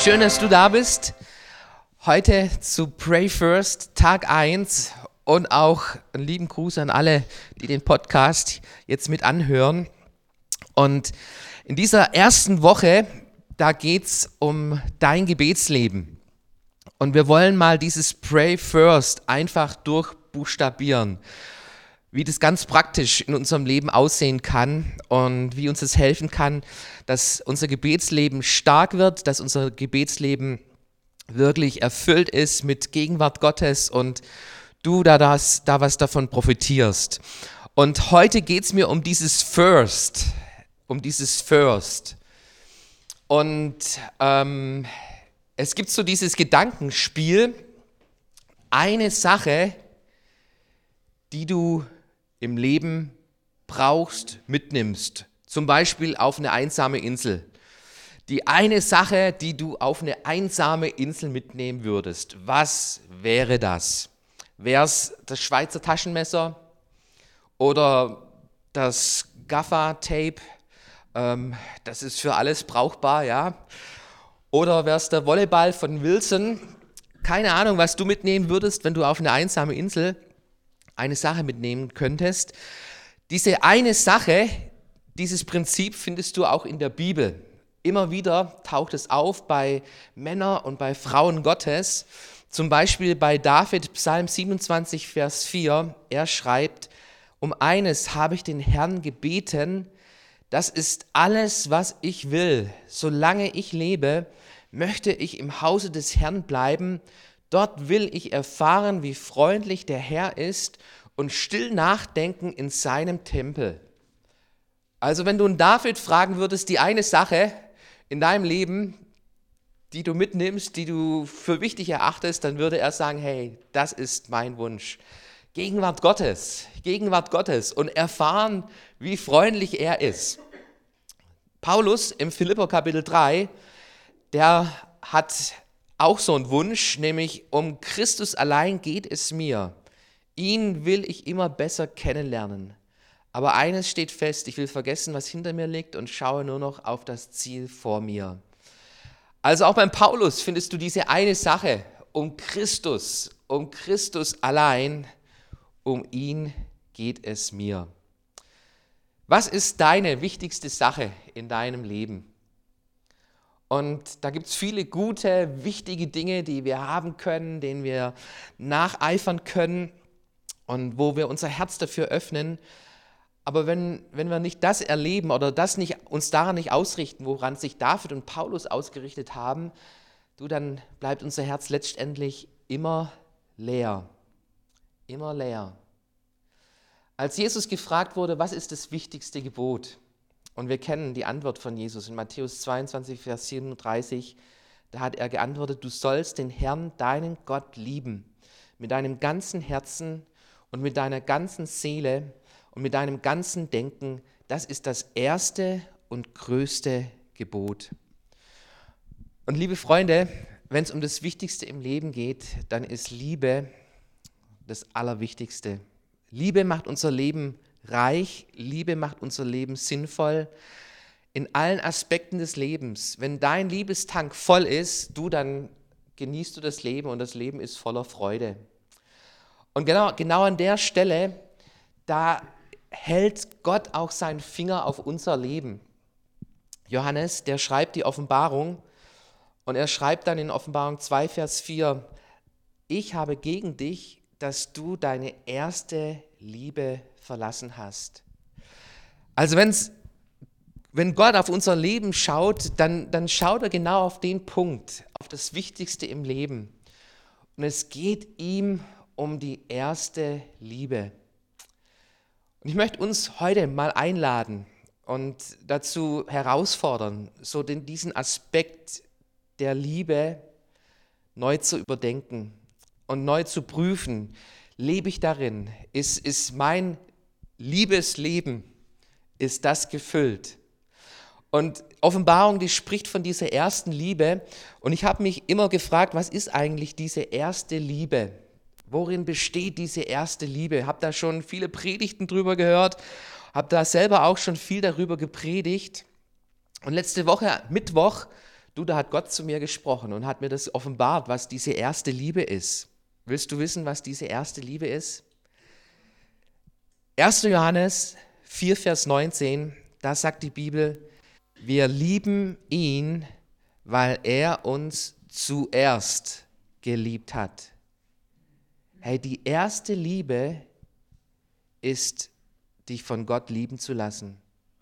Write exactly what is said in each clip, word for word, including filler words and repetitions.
Schön, dass du da bist. Heute zu Pray First, Tag eins. Und auch einen lieben Gruß an alle, die den Podcast jetzt mit anhören. Und in dieser ersten Woche, da geht es um dein Gebetsleben. Und wir wollen mal dieses Pray First einfach durchbuchstabieren, wie das ganz praktisch in unserem Leben aussehen kann und wie uns das helfen kann, dass unser Gebetsleben stark wird, dass unser Gebetsleben wirklich erfüllt ist mit Gegenwart Gottes und du da, das, da was davon profitierst. Und heute geht es mir um dieses First, um dieses First. Und ähm, es gibt so dieses Gedankenspiel, eine Sache, die du im Leben brauchst, mitnimmst. Zum Beispiel auf eine einsame Insel. Die eine Sache, die du auf eine einsame Insel mitnehmen würdest. Was wäre das? Wäre es das Schweizer Taschenmesser oder das Gaffer-Tape? Ähm, das ist für alles brauchbar, ja. Oder wäre es der Volleyball von Wilson? Keine Ahnung, was du mitnehmen würdest, wenn du auf eine einsame Insel eine Sache mitnehmen könntest. Diese eine Sache, dieses Prinzip findest du auch in der Bibel. Immer wieder taucht es auf bei Männern und bei Frauen Gottes. Zum Beispiel bei David, Psalm siebenundzwanzig, Vers vier. Er schreibt, um eines habe ich den Herrn gebeten, das ist alles, was ich will. Solange ich lebe, möchte ich im Hause des Herrn bleiben. Dort will ich erfahren, wie freundlich der Herr ist und still nachdenken in seinem Tempel. Also wenn du einen David fragen würdest, die eine Sache in deinem Leben, die du mitnimmst, die du für wichtig erachtest, dann würde er sagen, hey, das ist mein Wunsch. Gegenwart Gottes, Gegenwart Gottes und erfahren, wie freundlich er ist. Paulus im Philipper Kapitel drei, der hat auch so einen Wunsch, nämlich um Christus allein geht es mir. Ihn will ich immer besser kennenlernen. Aber eines steht fest, ich will vergessen, was hinter mir liegt und schaue nur noch auf das Ziel vor mir. Also auch beim Paulus findest du diese eine Sache, um Christus, um Christus allein, um ihn geht es mir. Was ist deine wichtigste Sache in deinem Leben? Und da gibt es viele gute, wichtige Dinge, die wir haben können, denen wir nacheifern können und wo wir unser Herz dafür öffnen. Aber wenn, wenn wir nicht das erleben oder das nicht, uns daran nicht ausrichten, woran sich David und Paulus ausgerichtet haben, du, dann bleibt unser Herz letztendlich immer leer. Immer leer. Als Jesus gefragt wurde, was ist das wichtigste Gebot? Und wir kennen die Antwort von Jesus in Matthäus zweiundzwanzig, Vers siebenunddreißig. Da hat er geantwortet, du sollst den Herrn, deinen Gott, lieben. Mit deinem ganzen Herzen und mit deiner ganzen Seele und mit deinem ganzen Denken. Das ist das erste und größte Gebot. Und liebe Freunde, wenn es um das Wichtigste im Leben geht, dann ist Liebe das Allerwichtigste. Liebe macht unser Leben reich, Liebe macht unser Leben sinnvoll in allen Aspekten des Lebens. Wenn dein Liebestank voll ist, du, dann genießt du das Leben und das Leben ist voller Freude. Und genau, genau an der Stelle, da hält Gott auch seinen Finger auf unser Leben. Johannes, der schreibt die Offenbarung und er schreibt dann in Offenbarung zwei, Vers vier, ich habe gegen dich, dass du deine erste Liebe verlassen hast. Also wenn's, wenn Gott auf unser Leben schaut, dann, dann schaut er genau auf den Punkt, auf das Wichtigste im Leben. Und es geht ihm um die erste Liebe. Und ich möchte uns heute mal einladen und dazu herausfordern, so den, diesen Aspekt der Liebe neu zu überdenken und neu zu prüfen. Lebe ich darin? Ist, ist mein Liebesleben, ist das gefüllt? Und Offenbarung, die spricht von dieser ersten Liebe. Und ich habe mich immer gefragt, was ist eigentlich diese erste Liebe? Worin besteht diese erste Liebe? Ich habe da schon viele Predigten drüber gehört, habe da selber auch schon viel darüber gepredigt. Und letzte Woche, Mittwoch, du, da hat Gott zu mir gesprochen und hat mir das offenbart, was diese erste Liebe ist. Willst du wissen, was diese erste Liebe ist? erster Johannes vier, Vers neunzehn, da sagt die Bibel, wir lieben ihn, weil er uns zuerst geliebt hat. Hey, die erste Liebe ist, dich von Gott lieben zu lassen.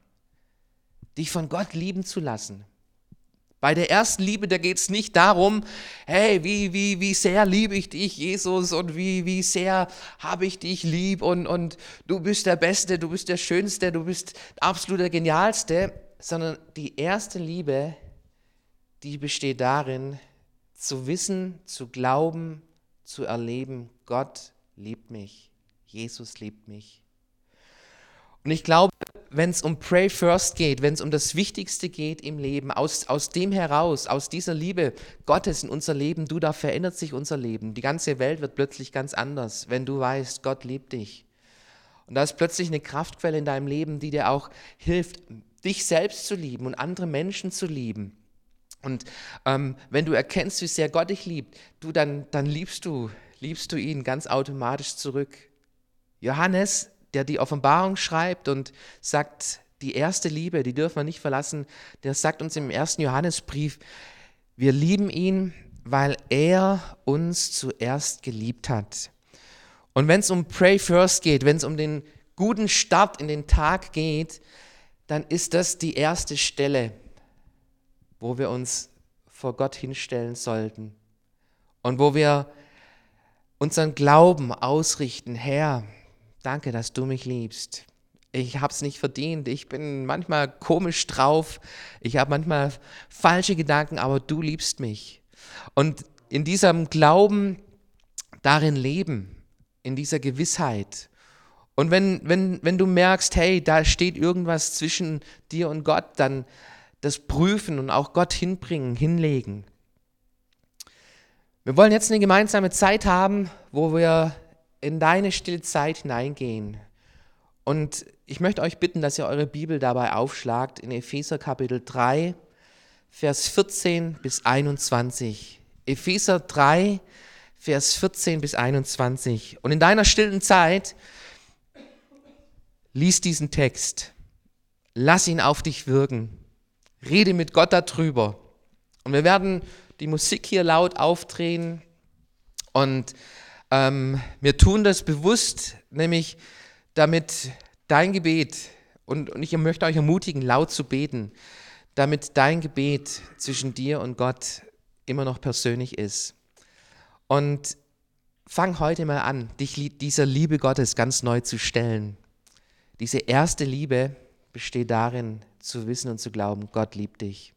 Dich von Gott lieben zu lassen. Bei der ersten Liebe, da geht es nicht darum, hey, wie, wie, wie sehr liebe ich dich, Jesus, und wie, wie sehr habe ich dich lieb und, und du bist der Beste, du bist der Schönste, du bist absolut der Genialste, sondern die erste Liebe, die besteht darin, zu wissen, zu glauben, zu erleben, Gott liebt mich, Jesus liebt mich. Und ich glaube, wenn es um Pray First geht, wenn es um das Wichtigste geht im Leben, aus, aus dem heraus, aus dieser Liebe Gottes in unser Leben, du, da verändert sich unser Leben. Die ganze Welt wird plötzlich ganz anders, wenn du weißt, Gott liebt dich. Und da ist plötzlich eine Kraftquelle in deinem Leben, die dir auch hilft, dich selbst zu lieben und andere Menschen zu lieben. Und ähm, wenn du erkennst, wie sehr Gott dich liebt, du, dann, dann liebst du, liebst du ihn ganz automatisch zurück. Johannes, der die Offenbarung schreibt und sagt, die erste Liebe, die dürfen wir nicht verlassen, der sagt uns im ersten Johannesbrief, wir lieben ihn, weil er uns zuerst geliebt hat. Und wenn es um Pray First geht, wenn es um den guten Start in den Tag geht, dann ist das die erste Stelle, wo wir uns vor Gott hinstellen sollten und wo wir unseren Glauben ausrichten, Herr, danke, dass du mich liebst. Ich habe es nicht verdient. Ich bin manchmal komisch drauf. Ich habe manchmal falsche Gedanken, aber du liebst mich. Und in diesem Glauben darin leben, in dieser Gewissheit. Und wenn, wenn, wenn du merkst, hey, da steht irgendwas zwischen dir und Gott, dann das prüfen und auch Gott hinbringen, hinlegen. Wir wollen jetzt eine gemeinsame Zeit haben, wo wir in deine Stillzeit hineingehen. Und ich möchte euch bitten, dass ihr eure Bibel dabei aufschlagt in Epheser Kapitel drei, Vers vierzehn bis einundzwanzig. Epheser drei, Vers vierzehn bis einundzwanzig. Und in deiner stillen Zeit lies diesen Text. Lass ihn auf dich wirken. Rede mit Gott darüber. Und wir werden die Musik hier laut aufdrehen und Ähm, wir tun das bewusst, nämlich damit dein Gebet, und, und ich möchte euch ermutigen, laut zu beten, damit dein Gebet zwischen dir und Gott immer noch persönlich ist. Und fang heute mal an, dich dieser Liebe Gottes ganz neu zu stellen. Diese erste Liebe besteht darin, zu wissen und zu glauben, Gott liebt dich.